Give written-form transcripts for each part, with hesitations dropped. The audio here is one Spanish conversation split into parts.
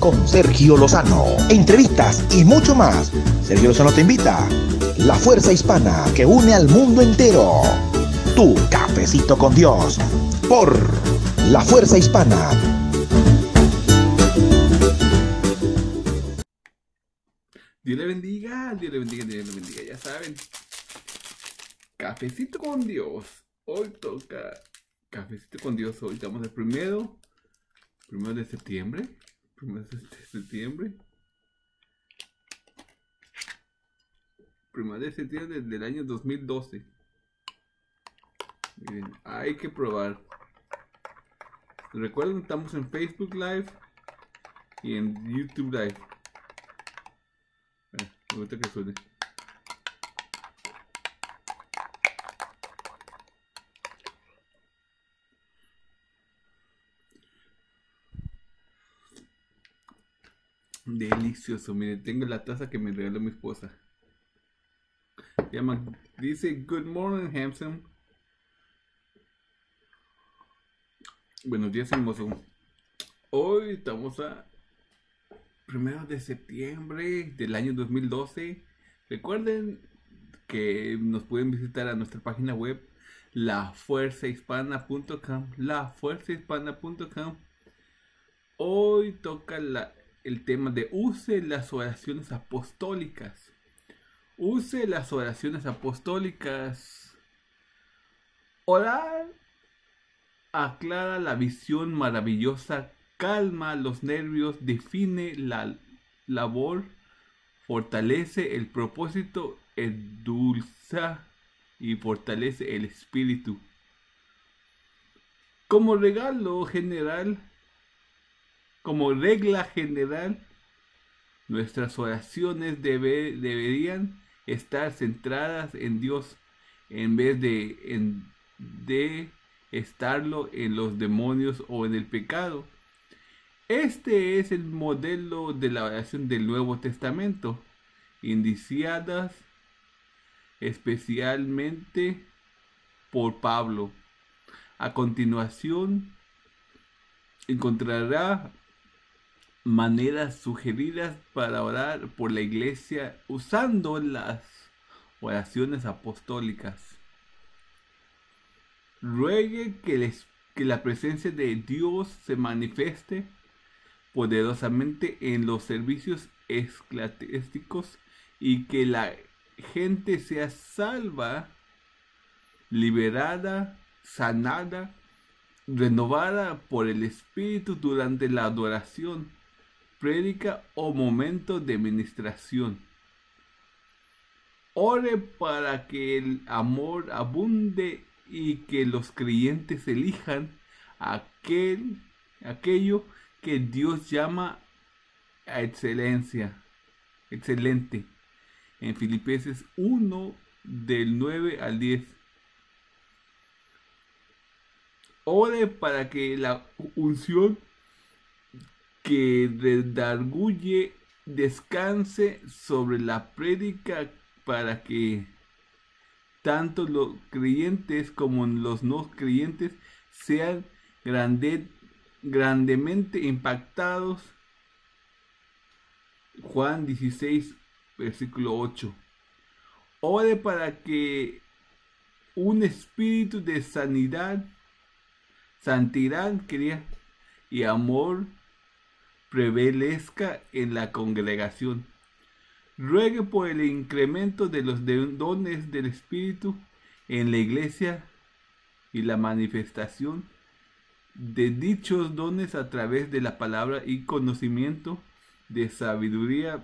con Sergio Lozano. Entrevistas y mucho más. Sergio Lozano te invita. La fuerza hispana que une al mundo entero. Tu cafecito con Dios. Por La Fuerza Hispana. Dios le bendiga, Dios le bendiga, Dios le bendiga. Ya saben, cafecito con Dios. Hoy toca cafecito con Dios. Hoy estamos el primero de septiembre. Primero de septiembre del año 2012. Miren, hay que probar. Recuerden, estamos en Facebook Live y en YouTube Live. Me gusta que suene. Delicioso, miren, tengo la taza que me regaló mi esposa. Dice Good morning, handsome. Buenos días, hermoso. Hoy estamos a 1 de septiembre del año 2012. Recuerden que nos pueden visitar a nuestra página web lafuerzahispana.com. Hoy toca el tema de use las oraciones apostólicas. Use las oraciones apostólicas. Orar aclara la visión maravillosa, calma los nervios, define la labor, fortalece el propósito, endulza y fortalece el espíritu. Como regla general, nuestras oraciones deberían estar centradas en Dios en vez de estarlo en los demonios o en el pecado. Este es el modelo de la oración del Nuevo Testamento, iniciadas especialmente por Pablo. A continuación, encontrará maneras sugeridas para orar por la iglesia usando las oraciones apostólicas. Ruegue que la presencia de Dios se manifieste poderosamente en los servicios eclesiásticos y que la gente sea salva, liberada, sanada, renovada por el Espíritu durante la adoración, prédica o momento de ministración. Ore para que el amor abunde y que los creyentes elijan aquello que Dios llama a excelente. En Filipenses 1 del 9 al 10. Ore para que la unción que redarguye descanse sobre la prédica, para que tanto los creyentes como los no creyentes sean grandemente impactados. Juan 16, versículo 8. Ore para que un espíritu de santidad y amor prevalezca en la congregación. Ruegue por el incremento de los dones del Espíritu en la iglesia y la manifestación de dichos dones a través de la palabra y conocimiento, de sabiduría,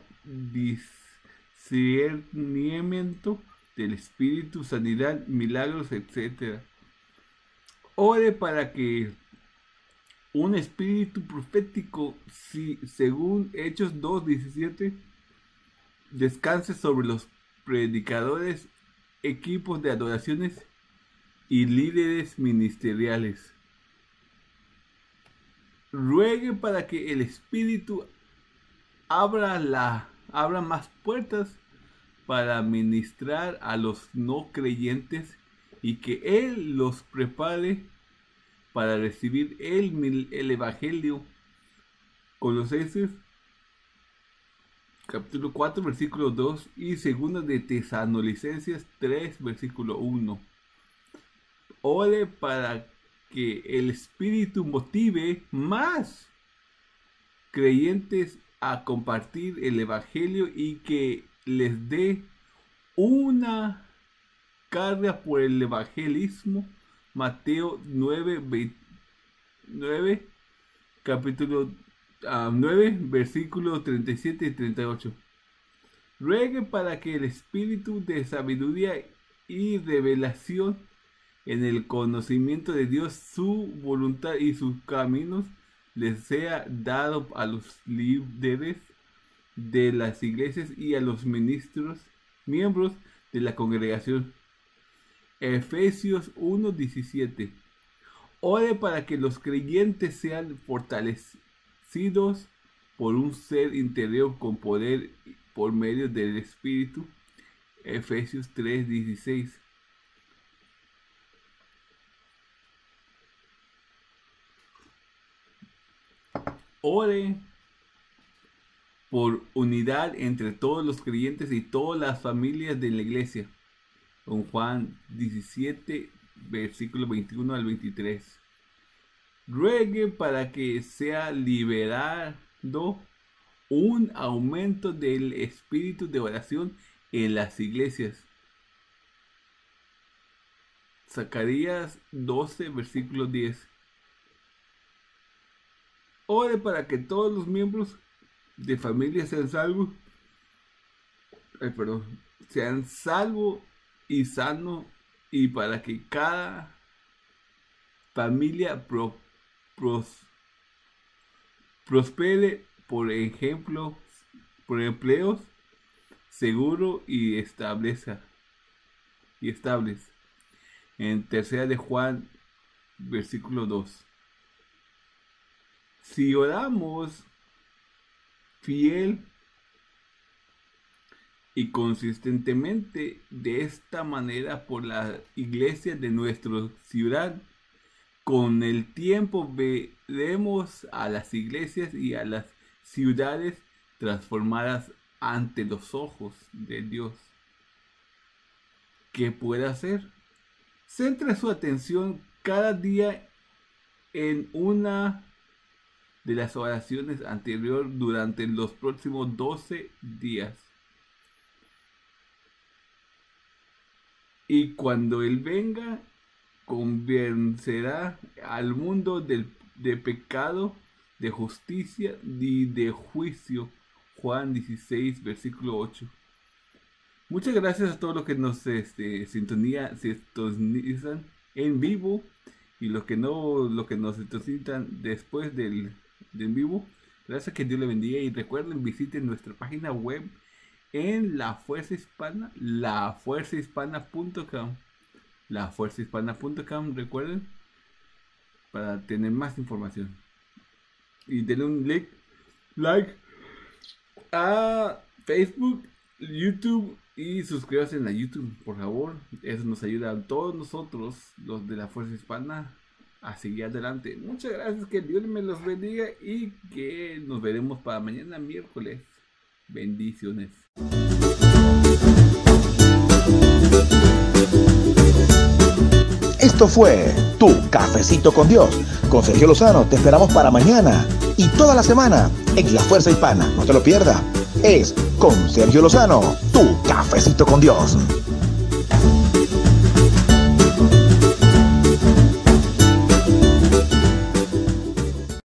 discernimiento del Espíritu, sanidad, milagros, etc. Ore para que un espíritu profético, según Hechos 2:17, descanse sobre los predicadores, equipos de adoraciones y líderes ministeriales. Ruegue para que el Espíritu abra más puertas para ministrar a los no creyentes y que Él los prepare para recibir el Evangelio. Colosenses capítulo 4, versículo 2 y segunda de Tesalonicenses 3, versículo 1. Ore para que el Espíritu motive más creyentes a compartir el Evangelio y que les dé una carga por el evangelismo. Mateo 9, capítulo 9, versículos 37 y 38. Ruegue para que el espíritu de sabiduría y revelación en el conocimiento de Dios, su voluntad y sus caminos, les sea dado a los líderes de las iglesias y a los miembros de la congregación. Efesios 1:17. Ore para que los creyentes sean fortalecidos por un ser interior con poder por medio del Espíritu. Efesios 3:16. Ore por unidad entre todos los creyentes y todas las familias de la iglesia. Con Juan 17, versículo 21 al 23. Ruegue para que sea liberado un aumento del espíritu de oración en las iglesias. Zacarías 12, versículo 10. Ore para que todos los miembros de familia sean salvos. Sean salvos y sanos, y para que cada familia prospere por empleos seguros y estables. En tercera de Juan, versículo 2. Si oramos fiel y consistentemente de esta manera por la iglesia de nuestra ciudad, con el tiempo veremos a las iglesias y a las ciudades transformadas ante los ojos de Dios. ¿Qué puede hacer? Centre su atención cada día en una de las oraciones anteriores durante los próximos 12 días. Y cuando Él venga, convencerá al mundo de pecado, de justicia y de juicio. Juan 16, versículo 8. Muchas gracias a todos los que nos sintonizan en vivo y los que nos sintonizan después del en vivo. Gracias, que Dios le bendiga, y recuerden, visiten nuestra página web en La Fuerza Hispana, lafuerzahispana.com, recuerden, para tener más información, y denle un like a Facebook, YouTube, y suscríbanse en la YouTube, por favor. Eso nos ayuda a todos nosotros, los de La Fuerza Hispana, a seguir adelante. Muchas gracias, que Dios me los bendiga y que nos veremos para mañana miércoles. Bendiciones. Esto fue Tu Cafecito con Dios. Con Sergio Lozano te esperamos para mañana y toda la semana en La Fuerza Hispana. No te lo pierdas. Es con Sergio Lozano, Tu Cafecito con Dios.